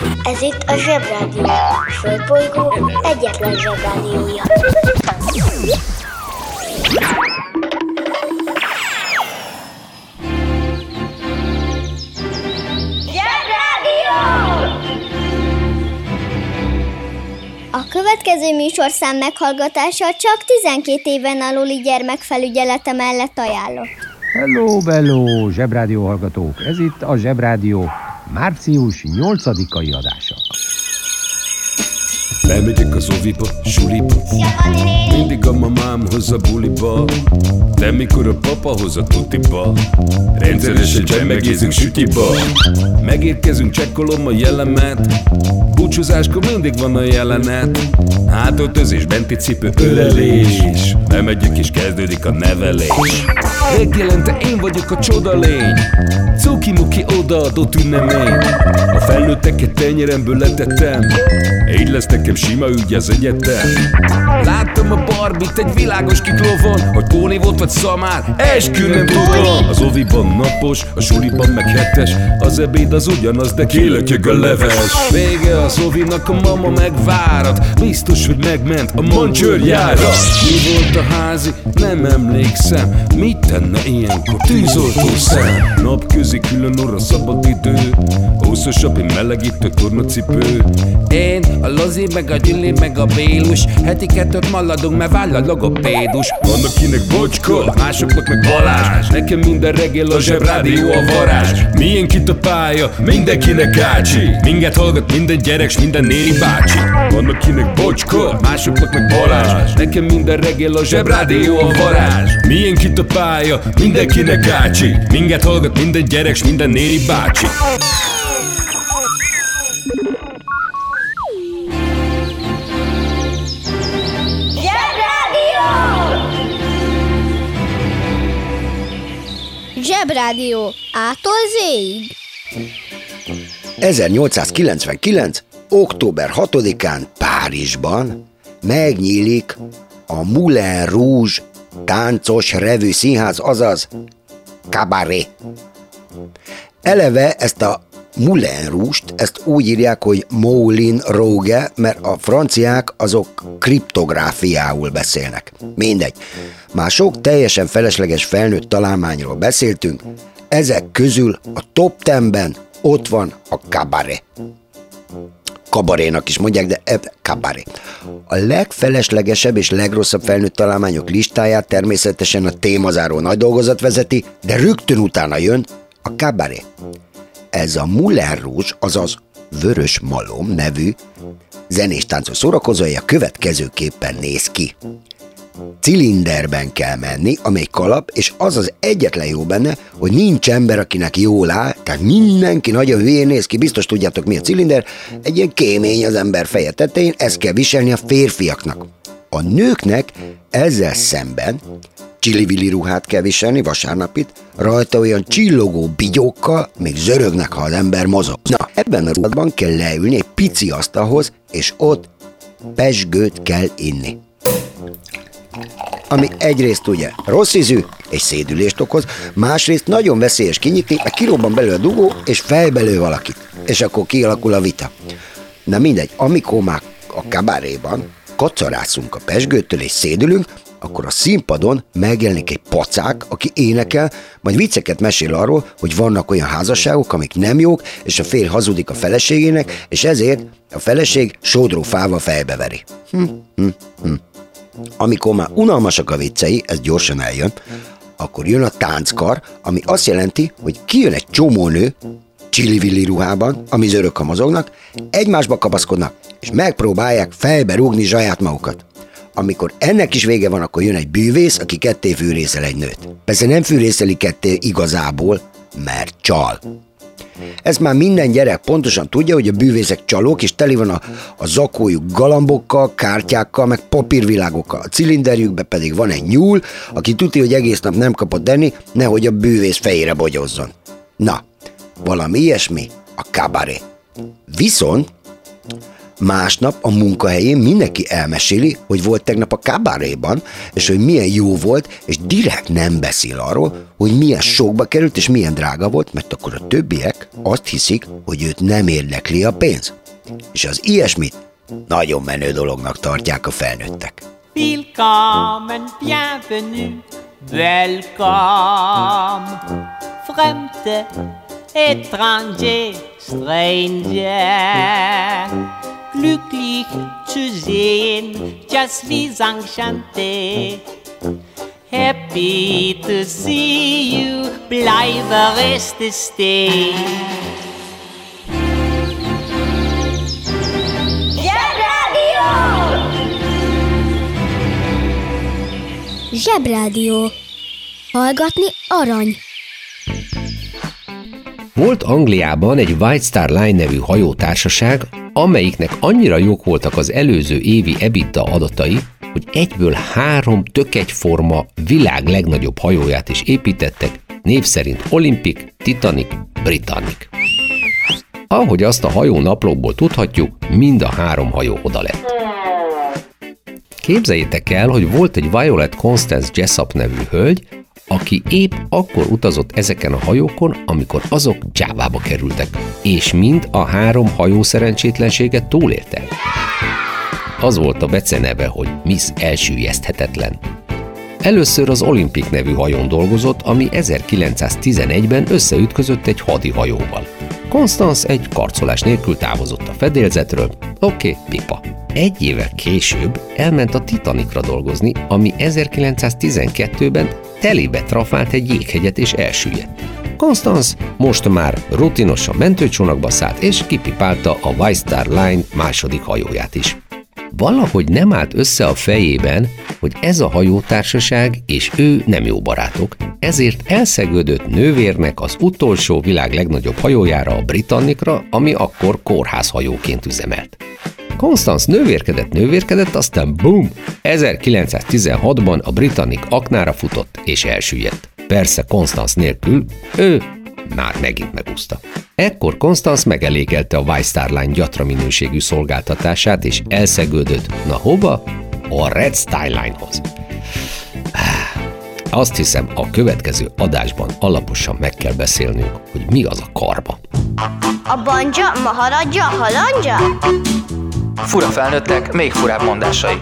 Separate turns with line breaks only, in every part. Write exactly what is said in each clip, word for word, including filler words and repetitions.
Ez itt a Zsebrádió, a Földbolygó egyetlen Zsebrádiója. Zsebrádió! A következő műsorszám meghallgatása csak tizenkét éven aluli gyermekfelügyelete mellett ajánlott.
Hello, bello, Zsebrádió hallgatók! Ez itt a Zsebrádió március nyolcadikai adása.
Bemegyek az oviba, suliba, mindig a mamám hoz a buliba, de mikor a papa hoz a tutiba, rendszeresen csemmegézünk sütiba. Megérkezünk, csekkolom a jellemet, búcsúzáskor mindig van a jelenet, hátöltözés, benti cipő, ölelés, bemegyek és kezdődik a nevelés. Megjelente én vagyok a csoda lény, cuki-muki odaadott ünnemény, a felnőtteket tenyeremből letettem, így lesz nekem sima ügy az egyetem. Láttam a Barbit egy világos kiklovon, hogy Póni volt vagy szamár, eskü nem tudom. Az oviban napos, a suliban meg hetes, az ebéd az ugyanaz, de kilötyög a leves. Vége az ovinak, a mama megvárat, biztos, hogy megment a mancsőrjára. Mi volt a házi? Nem emlékszem, mit tenne ilyenkor tűzoltó szem? Napközi külön orra szabad idő, húszosabb, én melegítő tornacipő. Én, a Lozi, meg a Gyüli, meg a Bélus, heti kettőt maladunk, mert váll a logopédus. Van akinek Bocska, másoknak meg Balázs, nekem minden reggel a Zsebrádió a varázs. Milyen kit a pálya, mindenkinek ácsi, minket hallgat minden gyerek, s minden néni bácsi. Van akinek Bocska, másoknak meg Balázs, nekem minden reggel a Zsebrádió a varázs. Milyen kit a pálya, mindenkinek ácsi, minket hallgat minden gyerek, s minden néni bácsi.
Zsebrádió A-tól Z-ig.
ezernyolcszázkilencvenkilenc. október hatodikán Párizsban megnyílik a Moulin Rouge táncos revű színház, azaz Cabaret. Eleve ezt a Moulin Rouge-t, ezt úgy írják, hogy Moulin Rouge, mert a franciák azok kriptográfiául beszélnek. Mindegy. Már sok teljesen felesleges felnőtt találmányról beszéltünk, ezek közül a top tízben ott van a Cabaret. Kabarénak is mondják, de eb- Cabaret. A legfeleslegesebb és legrosszabb felnőtt találmányok listáját természetesen a témazáró nagy dolgozat vezeti, de rögtön utána jön a Cabaret. Ez a Moulin Rouge, azaz Vörös Malom nevű zenés táncos szórakozója következőképpen néz ki. Cilinderben kell menni, amely kalap, és az az egyetlen jó benne, hogy nincs ember, akinek jól áll, tehát mindenki nagyon hülyén néz ki, biztos tudjátok mi a cilinder, egy ilyen kémény az ember feje tetején, ezt kell viselni a férfiaknak. A nőknek ezzel szemben csili-vili ruhát kell viselni, vasárnapit, rajta olyan csillogó bigyókkal, még zörögnek, ha az ember mozog. Na, ebben a ruhában kell leülni egy pici asztalhoz, és ott pezsgőt kell inni. Ami egyrészt ugye rossz ízű és szédülést okoz, másrészt nagyon veszélyes kinyitni, mert kirobban belőle a dugó, és fejbelő valakit. És akkor kialakul a vita. Na mindegy, amikor már a kabaréban kacarászunk a pezsgőtől és szédülünk, akkor a színpadon megjelenik egy pacák, aki énekel, majd vicceket mesél arról, hogy vannak olyan házasságok, amik nem jók, és a férj hazudik a feleségének, és ezért a feleség sodrófával fejbeveri. Hm, hm, hm. Amikor már unalmasak a viccei, ez gyorsan eljön, akkor jön a tánckar, ami azt jelenti, hogy kijön egy csomó nő, csili-villi ruhában, ami zörög, ha mozognak, egymásba kapaszkodnak, és megpróbálják fejbe rúgni saját magukat. Amikor ennek is vége van, akkor jön egy bűvész, aki ketté fűrészel egy nőt. Persze nem fűrészeli ketté igazából, mert csal. Ez már minden gyerek pontosan tudja, hogy a bűvészek csalók, és teli van a, a zakójuk galambokkal, kártyákkal, meg papírvilágokkal. A cilinderjükben pedig van egy nyúl, aki tudja, hogy egész nap nem kapott enni, nehogy a bűvész fejére bogyozzon. Na, valami ilyesmi a Cabaret. Viszont Másnap a munkahelyén mindenki elmeséli, hogy volt tegnap a kabaréban, és hogy milyen jó volt, és direkt nem beszél arról, hogy milyen sokba került, és milyen drága volt, mert akkor a többiek azt hiszik, hogy őt nem érdekli a pénz. És az ilyesmit nagyon menő dolognak tartják a felnőttek.
Willkommen, bienvenue, welcome, fremde, étranger, stranger, glücklich zu sehen, just wie enchanté, happy to see you, bleibe reste stay.
Zsebrádió. Hallgatni arany.
Volt Angliában egy White Star Line nevű hajótársaság, amelyiknek annyira jók voltak az előző évi EBITDA adatai, hogy egyből három tök egyforma világ legnagyobb hajóját is építettek, név szerint Olympic, Titanic, Britannic. Ahogy azt a hajó naplókból tudhatjuk, mind a három hajó oda lett. Képzeljétek el, hogy volt egy Violet Constance Jessup nevű hölgy, aki épp akkor utazott ezeken a hajókon, amikor azok Jávába kerültek, és mind a három hajó szerencsétlenséget túlélte. Az volt a beceneve, hogy Miss Elsüllyeszthetetlen. Először az Olympic nevű hajón dolgozott, ami ezerkilencszáztizenegyben összeütközött egy hadihajóval. Constance egy karcolás nélkül távozott a fedélzetről, oké, okay, pipa. Egy évvel később elment a Titanicra dolgozni, ami ezerkilencszáztizenkettőben telébe trafált egy jéghegyet és elsüllyedt. Constance most már rutinosan mentőcsónakba szállt és kipipálta a White Star Line második hajóját is. Valahogy nem állt össze a fejében, hogy ez a hajótársaság és ő nem jó barátok, ezért elszegődött nővérnek az utolsó világ legnagyobb hajójára, a Britannicra, ami akkor kórházhajóként üzemelt. Constance nővérkedett, nővérkedett, aztán bum! ezerkilencszáztizenhatban a Britannic aknára futott és elsüllyedt. Persze Constance nélkül ő már megint megúszta. Ekkor Constance megelégelte a White Star Line gyatra minőségű szolgáltatását, és elszegődött. Na hova? A Red Star Line-hoz. Azt hiszem, a következő adásban alaposan meg kell beszélnünk, hogy mi az a karma.
A banja, maharadja, halandja?
Fura felnőttek, még furább mondásai.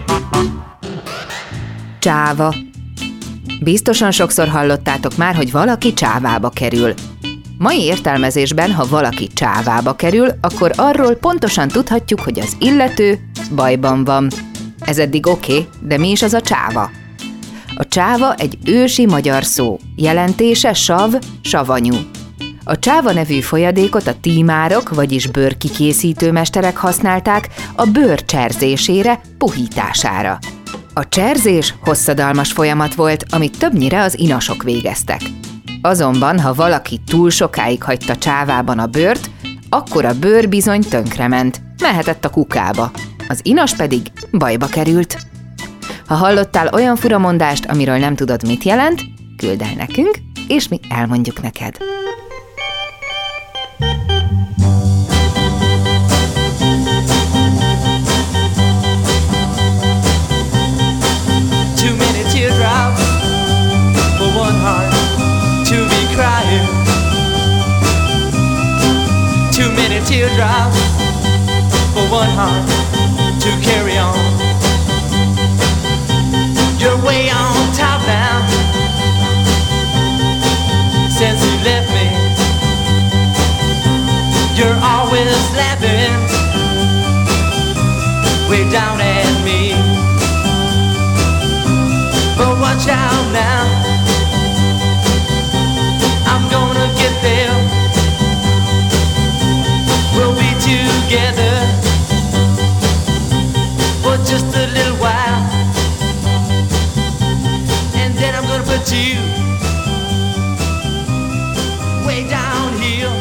Csáva. Biztosan sokszor hallottátok már, hogy valaki csávába kerül. Mai értelmezésben, ha valaki csávába kerül, akkor arról pontosan tudhatjuk, hogy az illető bajban van. Ez eddig oké, okay, de mi is az a csáva? A csáva egy ősi magyar szó, jelentése sav, savanyú. A csáva nevű folyadékot a tímárok, vagyis bőrkikészítő mesterek használták a bőr cserzésére, puhítására. A cserzés hosszadalmas folyamat volt, amit többnyire az inasok végeztek. Azonban, ha valaki túl sokáig hagyta csávában a bőrt, akkor a bőr bizony tönkrement, mehetett a kukába, az inas pedig bajba került. Ha hallottál olyan furamondást, amiről nem tudod, mit jelent, küldd el nekünk, és mi elmondjuk neked.
Too many teardrops for one heart to be crying. Too many teardrops for one heart to carry on. You're way on top now since you left me. You're always laughing way down at me. But watch out now, I'm gonna get there. We'll be together for just a little while, and then I'm gonna put you way down here,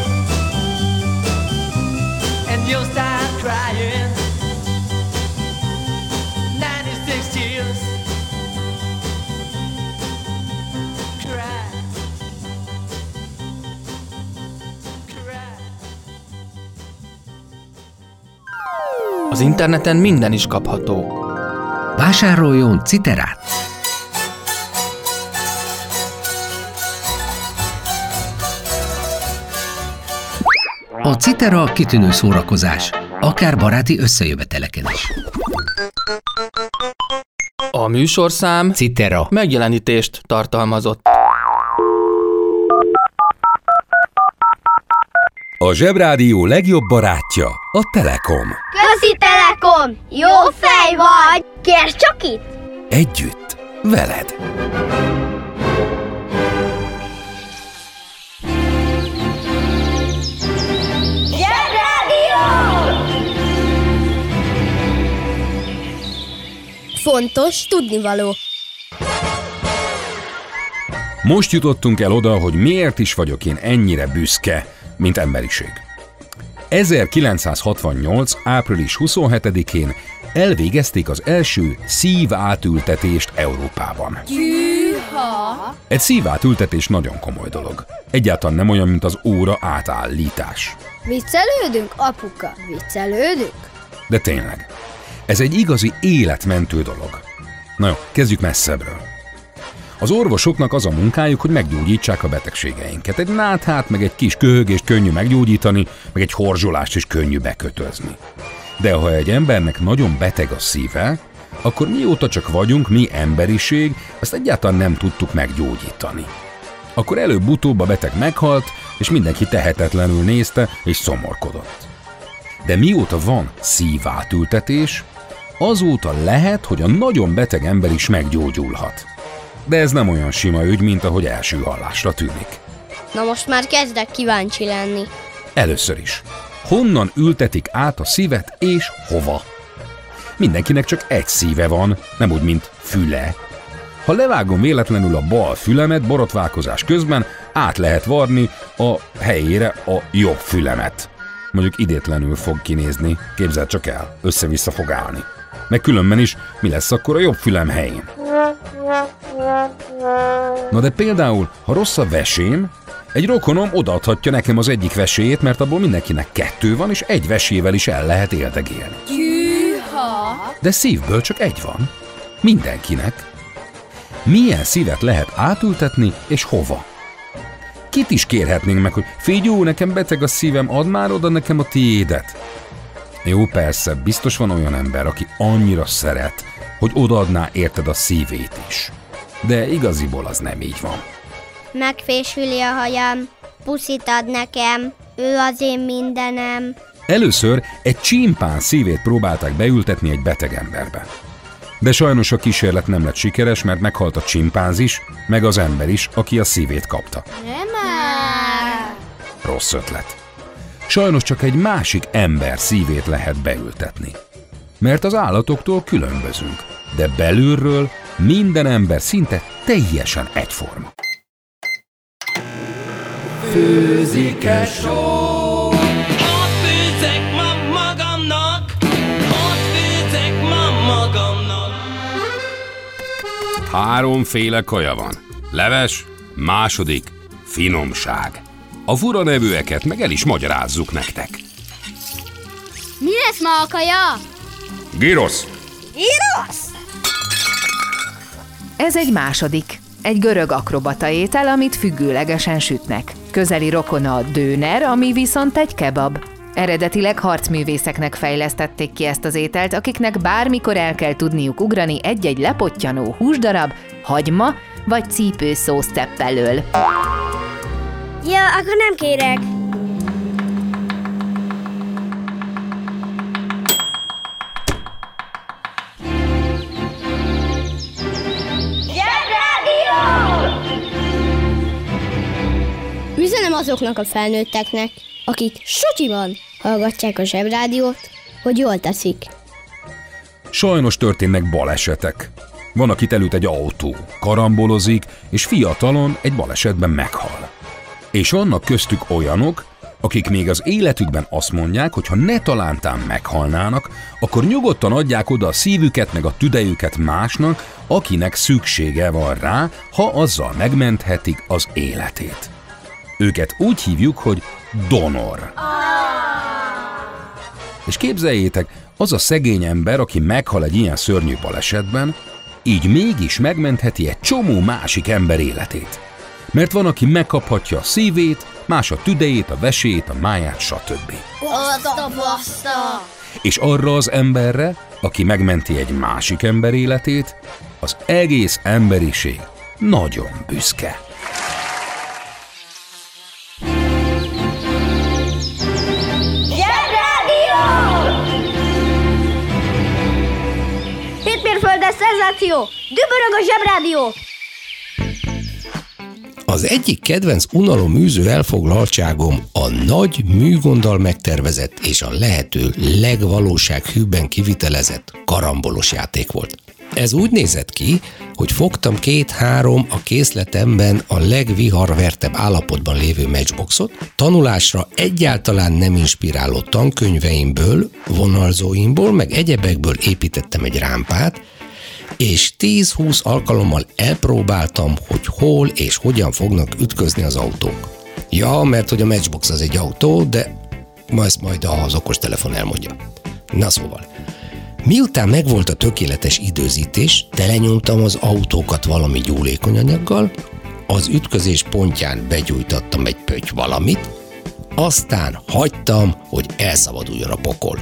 and you'll start crying ninety-six tears.
Az interneten minden is kapható.
Vásároljon Citerát! A Citera kitűnő szórakozás, akár baráti összejöveteleken is.
A műsorszám
Citera
megjelenítést tartalmazott.
A Zsebrádió legjobb barátja a Telekom.
Közi Telekom! Jó fej vagy! Kérd csak itt!
Együtt, veled.
Zsebrádió! Fontos tudnivaló.
Most jutottunk el oda, hogy miért is vagyok én ennyire büszke, mint emberiség. ezerkilencszázhatvannyolc. április huszonhetedikén elvégezték az első szívátültetést Európában.
Hűha!
Egy szívátültetés nagyon komoly dolog. Egyáltalán nem olyan, mint az óra átállítás.
Viccelődünk, apuka? Viccelődünk?
De tényleg, ez egy igazi életmentő dolog. Na jó, kezdjük messzebbről. Az orvosoknak az a munkájuk, hogy meggyógyítsák a betegségeinket. Egy náthát, meg egy kis köhögést könnyű meggyógyítani, meg egy horzsolást is könnyű bekötözni. De ha egy embernek nagyon beteg a szíve, akkor mióta csak vagyunk, mi emberiség, ezt egyáltalán nem tudtuk meggyógyítani. Akkor előbb-utóbb a beteg meghalt, és mindenki tehetetlenül nézte és szomorkodott. De mióta van szívátültetés, azóta lehet, hogy a nagyon beteg ember is meggyógyulhat. De ez nem olyan sima ügy, mint ahogy első hallásra tűnik.
Na most már kezdek kíváncsi lenni.
Először is. Honnan ültetik át a szívet és hova? Mindenkinek csak egy szíve van, nem úgy, mint füle. Ha levágom véletlenül a bal fülemet borotválkozás közben, át lehet varni a helyére a jobb fülemet. Mondjuk idétlenül fog kinézni, képzeld csak el, össze-vissza fog állni. Meg különben is, mi lesz akkor a jobb fülem helyén? Na de például, ha rossz a vesém, egy rokonom odaadhatja nekem az egyik veséjét, mert abból mindenkinek kettő van, és egy vesével is el lehet éldegélni.
Hűha!
De szívből csak egy van. Mindenkinek. Milyen szívet lehet átültetni, és hova? Kit is kérhetnénk meg, hogy figyú, nekem beteg a szívem, add már oda nekem a tiédet. Jó, persze, biztos van olyan ember, aki annyira szeret, hogy odaadná érted a szívét is. De igaziból az nem így van.
Megfésüli a hajam, puszit ad nekem, ő az én mindenem.
Először egy csimpán szívét próbálták beültetni egy beteg emberbe. De sajnos a kísérlet nem lett sikeres, mert meghalt a csimpánzis, meg az ember is, aki a szívét kapta.
Nem.
Rossz ötlet. Sajnos csak egy másik ember szívét lehet beültetni. Mert az állatoktól különbözünk, de belülről minden ember szinte teljesen egyforma.
Főzike show. Ott főzek ma magamnak, ott főzek ma magamnak.
Háromféle kaja van. Leves, második, finomság. A fura nevűeket meg el is magyarázzuk nektek.
Mi lesz ma a kaja?
Gyrosz!
Gyrosz!
Ez egy második. Egy görög akrobata étel, amit függőlegesen sütnek. Közeli rokona a döner, ami viszont egy kebab. Eredetileg harcművészeknek fejlesztették ki ezt az ételt, akiknek bármikor el kell tudniuk ugrani egy-egy lepottyanó húsdarab, hagyma vagy cipőszósz tepp elől.
Ja, akkor nem kérek. Üzenem azoknak a felnőtteknek, akik sutyiban hallgatják a Zsebrádiót, hogy jól teszik.
Sajnos történnek balesetek. Van, akit elüt egy autó, karambolozik, és fiatalon egy balesetben meghal. És vannak köztük olyanok, akik még az életükben azt mondják, hogy ha ne talántán meghalnának, akkor nyugodtan adják oda a szívüket meg a tüdejüket másnak, akinek szüksége van rá, ha azzal megmenthetik az életét. Őket úgy hívjuk, hogy donor. És képzeljétek, az a szegény ember, aki meghal egy ilyen szörnyű balesetben, így mégis megmentheti egy csomó másik ember életét. Mert van, aki megkaphatja a szívét, más a tüdejét, a veséjét, a máját, stb.
Azt a bassza!
És arra az emberre, aki megmenti egy másik ember életét, az egész emberiség nagyon büszke.
Hétmérföldes szenzáció! Dübörög a Zsebrádió!
Az egyik kedvenc unaloműző elfoglaltságom a nagy műgonddal megtervezett és a lehető legvalósághűbben kivitelezett karambolos játék volt. Ez úgy nézett ki, hogy fogtam két-három a készletemben a legviharvertebb állapotban lévő matchboxot, tanulásra egyáltalán nem inspiráló tankönyveimből, vonalzóimból, meg egyebekből építettem egy rámpát, és tíz-húsz alkalommal elpróbáltam, hogy hol és hogyan fognak ütközni az autók. Ja, mert hogy a matchbox az egy autó, de ezt majd az okostelefon elmondja. Na szóval, miután megvolt a tökéletes időzítés, telenyomtam az autókat valami gyúlékony anyaggal, az ütközés pontján begyújtattam egy pötty valamit, aztán hagytam, hogy elszabaduljon a pokol.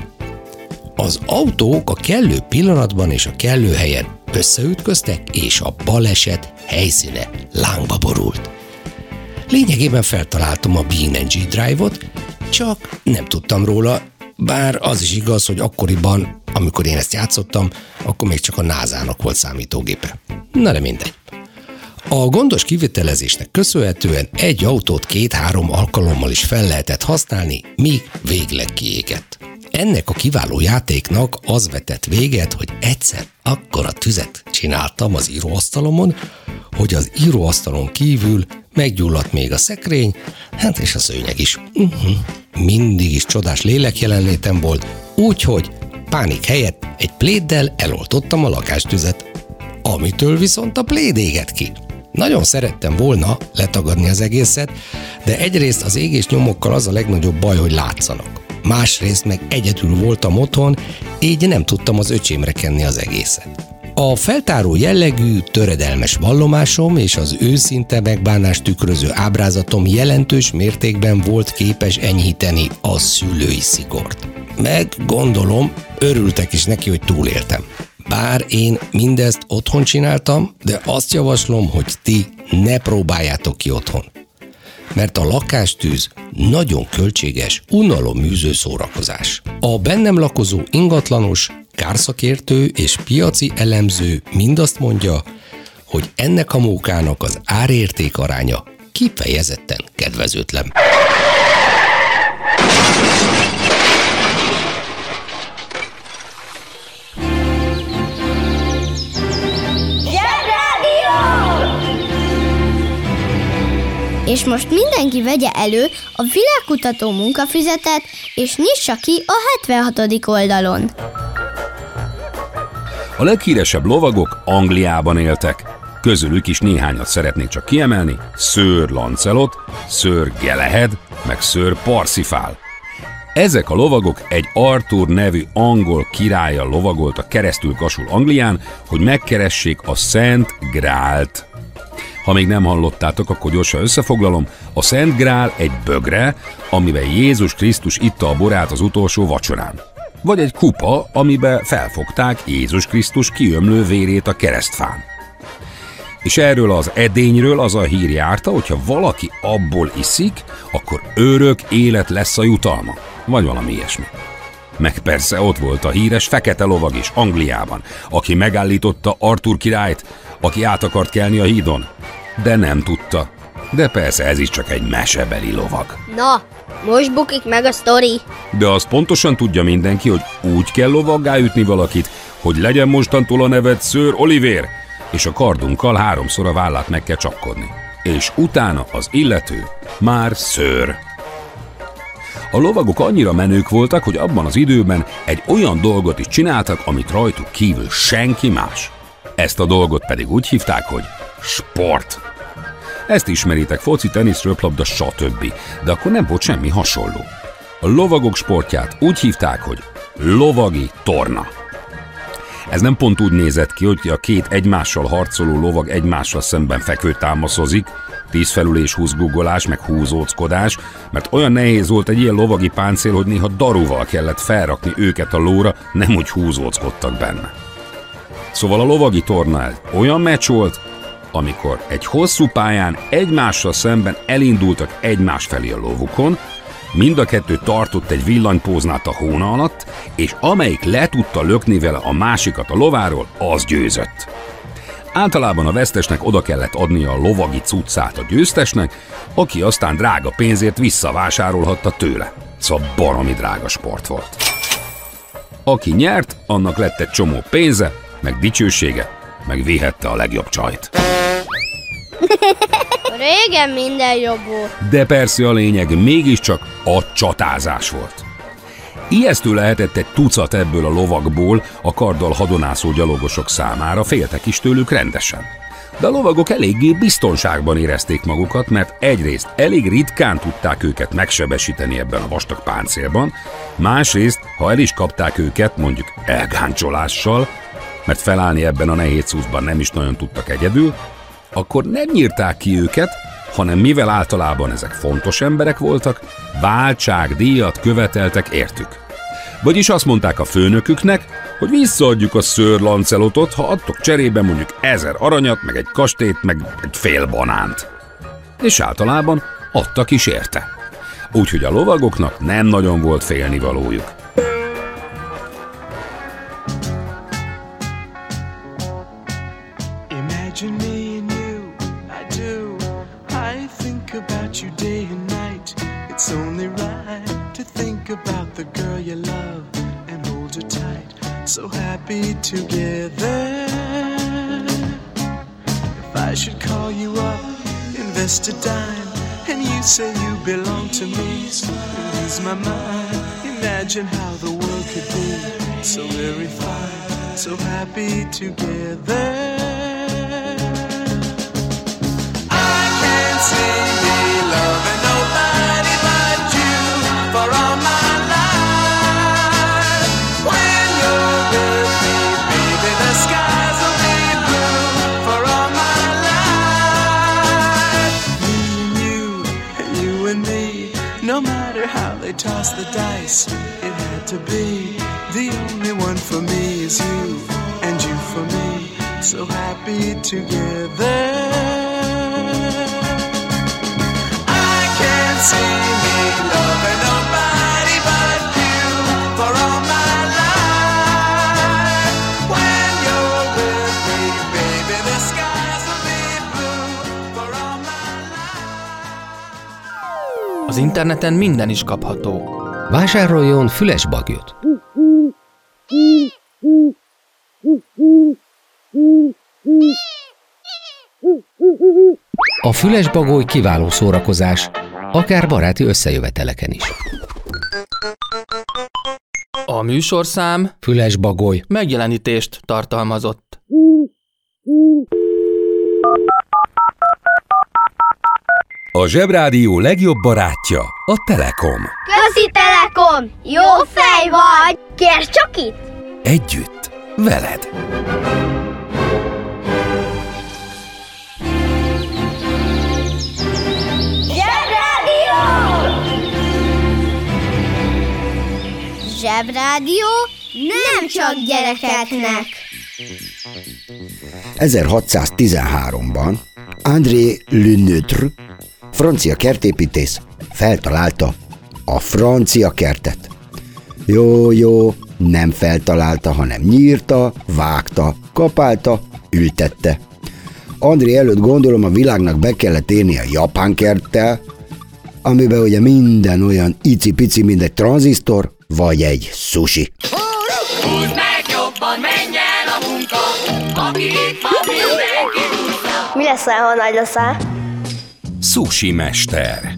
Az autók a kellő pillanatban és a kellő helyen összeütköztek, és a baleset helyszíne lángba borult. Lényegében feltaláltam a bé en gé Drive-ot, csak nem tudtam róla, bár az is igaz, hogy akkoriban, amikor én ezt játszottam, akkor még csak a nászának volt számítógépe. Na de mindegy. A gondos kivitelezésnek köszönhetően egy autót két-három alkalommal is fel lehetett használni, míg végleg kiégett. Ennek a kiváló játéknak az vetett véget, hogy egyszer akkora tüzet csináltam az íróasztalomon, hogy az íróasztalon kívül meggyulladt még a szekrény, hát és a szőnyeg is. Uh-huh. Mindig is csodás lélekjelenlétem volt, úgyhogy pánik helyett egy pléddel eloltottam a lakástüzet, amitől viszont a pléd égett ki. Nagyon szerettem volna letagadni az egészet, de egyrészt az égés nyomokkal az a legnagyobb baj, hogy látszanak. Másrészt meg egyedül voltam otthon, így nem tudtam az öcsémre kenni az egészet. A feltáró jellegű, töredelmes vallomásom és az őszinte megbánást tükröző ábrázatom jelentős mértékben volt képes enyhíteni a szülői szigort. Meg gondolom, örültek is neki, hogy túléltem. Bár én mindezt otthon csináltam, de azt javaslom, hogy ti ne próbáljátok ki otthon. Mert a lakástűz nagyon költséges, unalomműző szórakozás. A bennem lakozó ingatlanos, kárszakértő és piaci elemző mind azt mondja, hogy ennek a mókának az árérték aránya kifejezetten kedvezőtlen.
És most mindenki vegye elő a világkutató munkafüzetet, és nyissa ki a hetvenhatodik oldalon.
A leghíresebb lovagok Angliában éltek. Közülük is néhányat szeretnék csak kiemelni: Sir Lancelot, Sir Galahad, meg Sir Parsifal. Ezek a lovagok egy Arthur nevű angol királlyal lovagoltak keresztül kasul Anglián, hogy megkeressék a Szent Grált. Ha még nem hallottátok, akkor gyorsan összefoglalom. A Szent Grál egy bögre, amiben Jézus Krisztus itta a borát az utolsó vacsorán. Vagy egy kupa, amiben felfogták Jézus Krisztus kiömlő vérét a keresztfán. És erről az edényről az a hír járta, hogyha valaki abból iszik, akkor örök élet lesz a jutalma. Vagy valami ilyesmi. Meg persze ott volt a híres fekete lovag is Angliában, aki megállította Arthur királyt, aki át akart kelni a hídon. De nem tudta. De persze ez is csak egy mesebeli lovag.
Na, most bukik meg a sztori.
De azt pontosan tudja mindenki, hogy úgy kell lovaggá ütni valakit, hogy legyen mostantól a neved Sir Oliver, és a kardunkkal háromszor a vállát meg kell csapkodni. És utána az illető már Sir. A lovagok annyira menők voltak, hogy abban az időben egy olyan dolgot is csináltak, amit rajtuk kívül senki más. Ezt a dolgot pedig úgy hívták, hogy sport. Ezt ismeritek: foci, tenisz, röplabda, stb. De akkor nem volt semmi hasonló. A lovagok sportját úgy hívták, hogy lovagi torna. Ez nem pont úgy nézett ki, hogy a két egymással harcoló lovag egymással szemben fekvő támaszozik, tíz felül és húsz guggolás, meg húzóckodás, mert olyan nehéz volt egy ilyen lovagi páncél, hogy néha daruval kellett felrakni őket a lóra, nem úgy húzóckodtak benne. Szóval a lovagi torna egy olyan meccs volt, amikor egy hosszú pályán egymással szemben elindultak egymás felé a lovukon, mind a kettő tartott egy villanypóznát a hóna alatt, és amelyik le tudta lökni vele a másikat a lováról, az győzött. Általában a vesztesnek oda kellett adnia a lovagi cuccát a győztesnek, aki aztán drága pénzért visszavásárolhatta tőle. Szóval baromi drága sport volt. Aki nyert, annak lett egy csomó pénze, meg dicsősége, meg vihette a legjobb csajt.
Régen minden jobb volt.
De persze a lényeg mégiscsak a csatázás volt. Ijesztő lehetett egy tucat ebből a lovagból a karddal hadonászó gyalogosok számára, féltek is tőlük rendesen. De a lovagok eléggé biztonságban érezték magukat, mert egyrészt elég ritkán tudták őket megsebesíteni ebben a vastag páncélban, másrészt, ha el is kapták őket, mondjuk elgáncsolással, mert felállni ebben a nehéz cuccban nem is nagyon tudtak egyedül, akkor nem nyírták ki őket, hanem mivel általában ezek fontos emberek voltak, váltságdíjat követeltek értük. Vagyis azt mondták a főnöküknek, hogy visszaadjuk a Sir Lancelotot, ha adtok cserébe mondjuk ezer aranyat, meg egy kastélyt, meg egy fél banánt. És általában adtak is érte. Úgyhogy a lovagoknak nem nagyon volt félnivalójuk.
So happy together. If I should call you up, invest a dime, and you say you belong to me, I lose my mind. Imagine how the world could be so very fine, so happy together. I can't see me loving nobody but you for all my life. When you're with me, baby, the skies will be blue for all my life. Me and you, and you and me, no matter how they toss the dice, it had to be. The only one for me is you, and you for me, so happy together. I can't see me loving nobody but you for all my life. When you're with me, baby, the skies will be blue for all my life.
Az interneten minden is kapható.
Vásároljon füles bagyot. A füles bagoly kiváló szórakozás, akár baráti összejöveteleken is.
A műsorszám
Füles bagoly
megjelenítést tartalmazott.
A Zsebrádió legjobb barátja a Telekom.
Köszi Telekom! Jó fej vagy! Kérd csak itt!
Együtt, veled.
Zsebrádió! Zsebrádió nem csak gyerekeknek.
ezerhatszáztizenháromban André Lenôtre, francia kertépítész, feltalálta a francia kertet. Jó, jó, nem feltalálta, hanem nyírta, vágta, kapálta, ültette. André előtt gondolom a világnak be kellett érni a japán kerttel, amiben ugye minden olyan icipici, mint egy tranzisztor, vagy egy sushi.
Húzd meg jobban, menj el a munka, aki itt van, mindenki húzza.
Mi lesz, ha nagy leszel?
Sushi mester.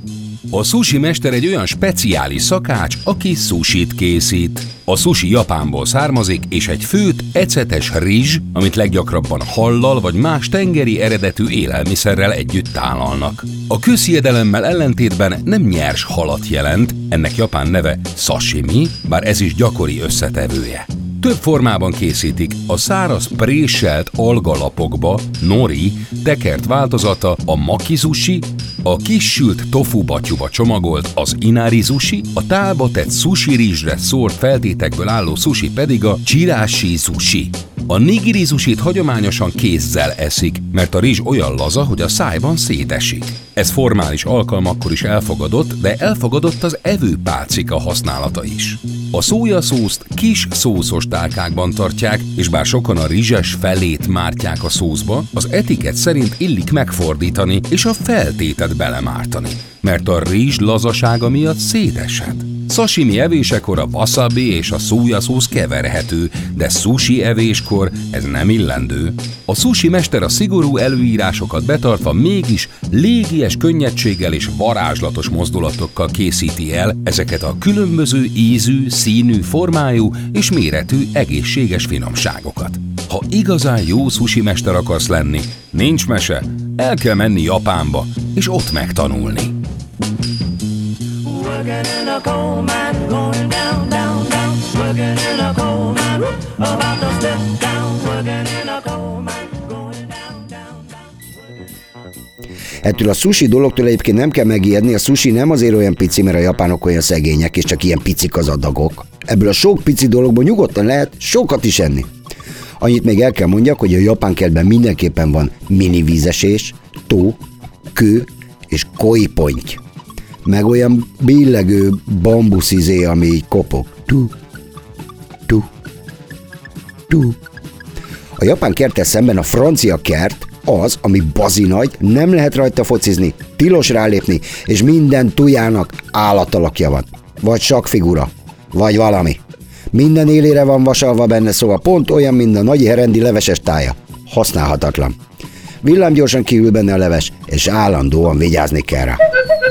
A sushi mester egy olyan speciális szakács, aki sushit készít. A sushi Japánból származik, és egy főtt, ecetes rizs, amit leggyakrabban hallal vagy más tengeri eredetű élelmiszerrel együtt tálalnak. A közhiedelemmel ellentétben nem nyers halat jelent, ennek japán neve sashimi, bár ez is gyakori összetevője. Több formában készítik, a száraz préselt algalapokba, nori, tekert változata a maki sushi, a kissült tofu batyuba csomagolt az inari sushi, a tálba tett sushi rizsre szórt feltétekből álló sushi pedig a chirashi sushi. A nigiri sushit hagyományosan kézzel eszik, mert a rizs olyan laza, hogy a szájban szétesik. Ez formális alkalmakkor is elfogadott, de elfogadott az evőpálcika használata is. A szójaszószt kis szószos tálkákban tartják, és bár sokan a rizses felét mártják a szószba, az etikett szerint illik megfordítani és a feltétet belemártani, mert a rizs lazasága miatt széteshet. Sashimi evésekor a wasabi és a szójaszósz keverhető, de sushi evéskor ez nem illendő. A sushi mester a szigorú előírásokat betartva mégis légies könnyedséggel és varázslatos mozdulatokkal készíti el ezeket a különböző ízű, színű, formájú és méretű egészséges finomságokat. Ha igazán jó sushi mester akarsz lenni, nincs mese, el kell menni Japánba és ott megtanulni.
Working in a coal mine, going down, down, down. Working in a coal mine, whoop, about to step down. Working in a coal mine, going down, down, down.
Ettől a sushi dologtól egyébként nem kell megijedni, a sushi nem azért olyan pici, mert a japánok olyan szegények, és csak ilyen picik az adagok. Ebből a sok pici dologból nyugodtan lehet sokat is enni. Annyit még el kell mondjak, hogy a japán kertben mindenképpen van mini vízesés, tó, kő és koi ponty. Meg olyan billegő bambuszizé, ami így kopog. Tú, tú, tú. A japán kerttel szemben a francia kert az, ami bazinagy, nem lehet rajta focizni, tilos rálépni, és minden tujának állatalakja van. Vagy sakfigura, vagy valami. Minden élére van vasalva benne, szóval pont olyan, mint a nagy herendi leveses tája. Használhatatlan. Villámgyorsan kihűl benne a leves, és állandóan vigyázni kell rá.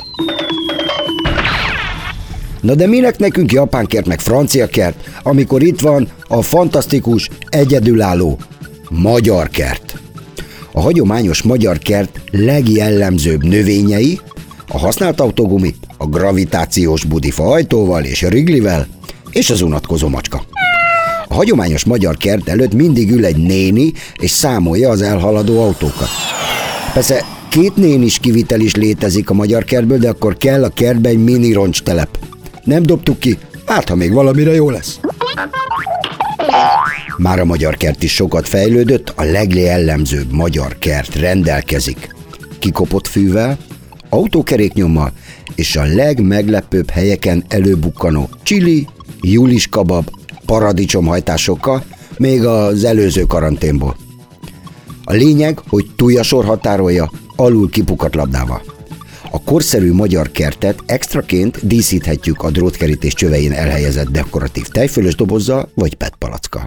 Na de minek nekünk japán kert meg francia kert, amikor itt van a fantasztikus, egyedülálló magyar kert. A hagyományos magyar kert legjellemzőbb növényei a használt autógumi, a gravitációs budifa ajtóval és a riglivel, és az unatkozó macska. A hagyományos magyar kert előtt mindig ül egy néni, és számolja az elhaladó autókat. Persze két nénis kivitel is létezik a magyar kertből, de akkor kell a kertbe egy mini roncstelep. Nem dobtuk ki, hát ha még valamire jó lesz. Már a magyar kert is sokat fejlődött, a legjellemzőbb magyar kert rendelkezik kikopott fűvel, autókeréknyommal és a legmeglepőbb helyeken előbukkanó csili, julis kabab, paradicsomhajtásokkal, még az előző karanténból. A lényeg, hogy túljasor határolja alul kipukat labdával. A korszerű magyar kertet extraként díszíthetjük a drótkerítés csövein elhelyezett dekoratív tejfölös dobozzal vagy petpalackkal.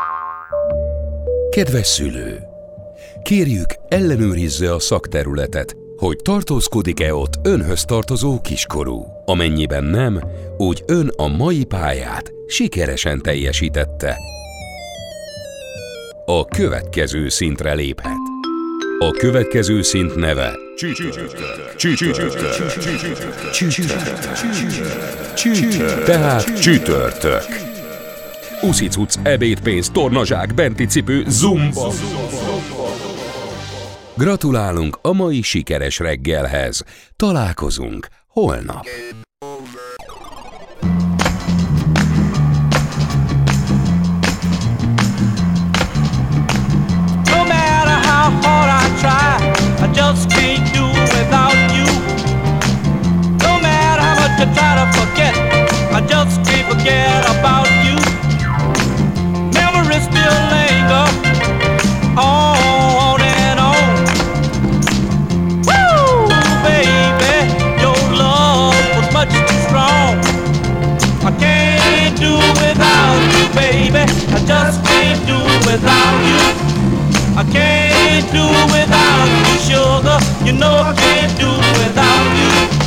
Kedves szülő! Kérjük, ellenőrizze a szakterületet, hogy tartózkodik-e ott önhöz tartozó kiskorú. Amennyiben nem, úgy ön a mai pályát sikeresen teljesítette. A következő szintre léphet. A következő szint neve csütörtök. Csütörtök. Csütörtök. Tehát csütörtök. Uszicuc, ebédpénz, tornazsák, benti cipő, zumba. Gratulálunk a mai sikeres reggelhez. Találkozunk holnap.
No matter how hard I try, I just can't do without you. No matter how much I try to forget, I just can't forget about you. Memories still linger on and on. Woo, baby, your love was much too strong. I can't do without you, baby. I just can't do without you. I can't do without you, sugar. You know I can't do without you.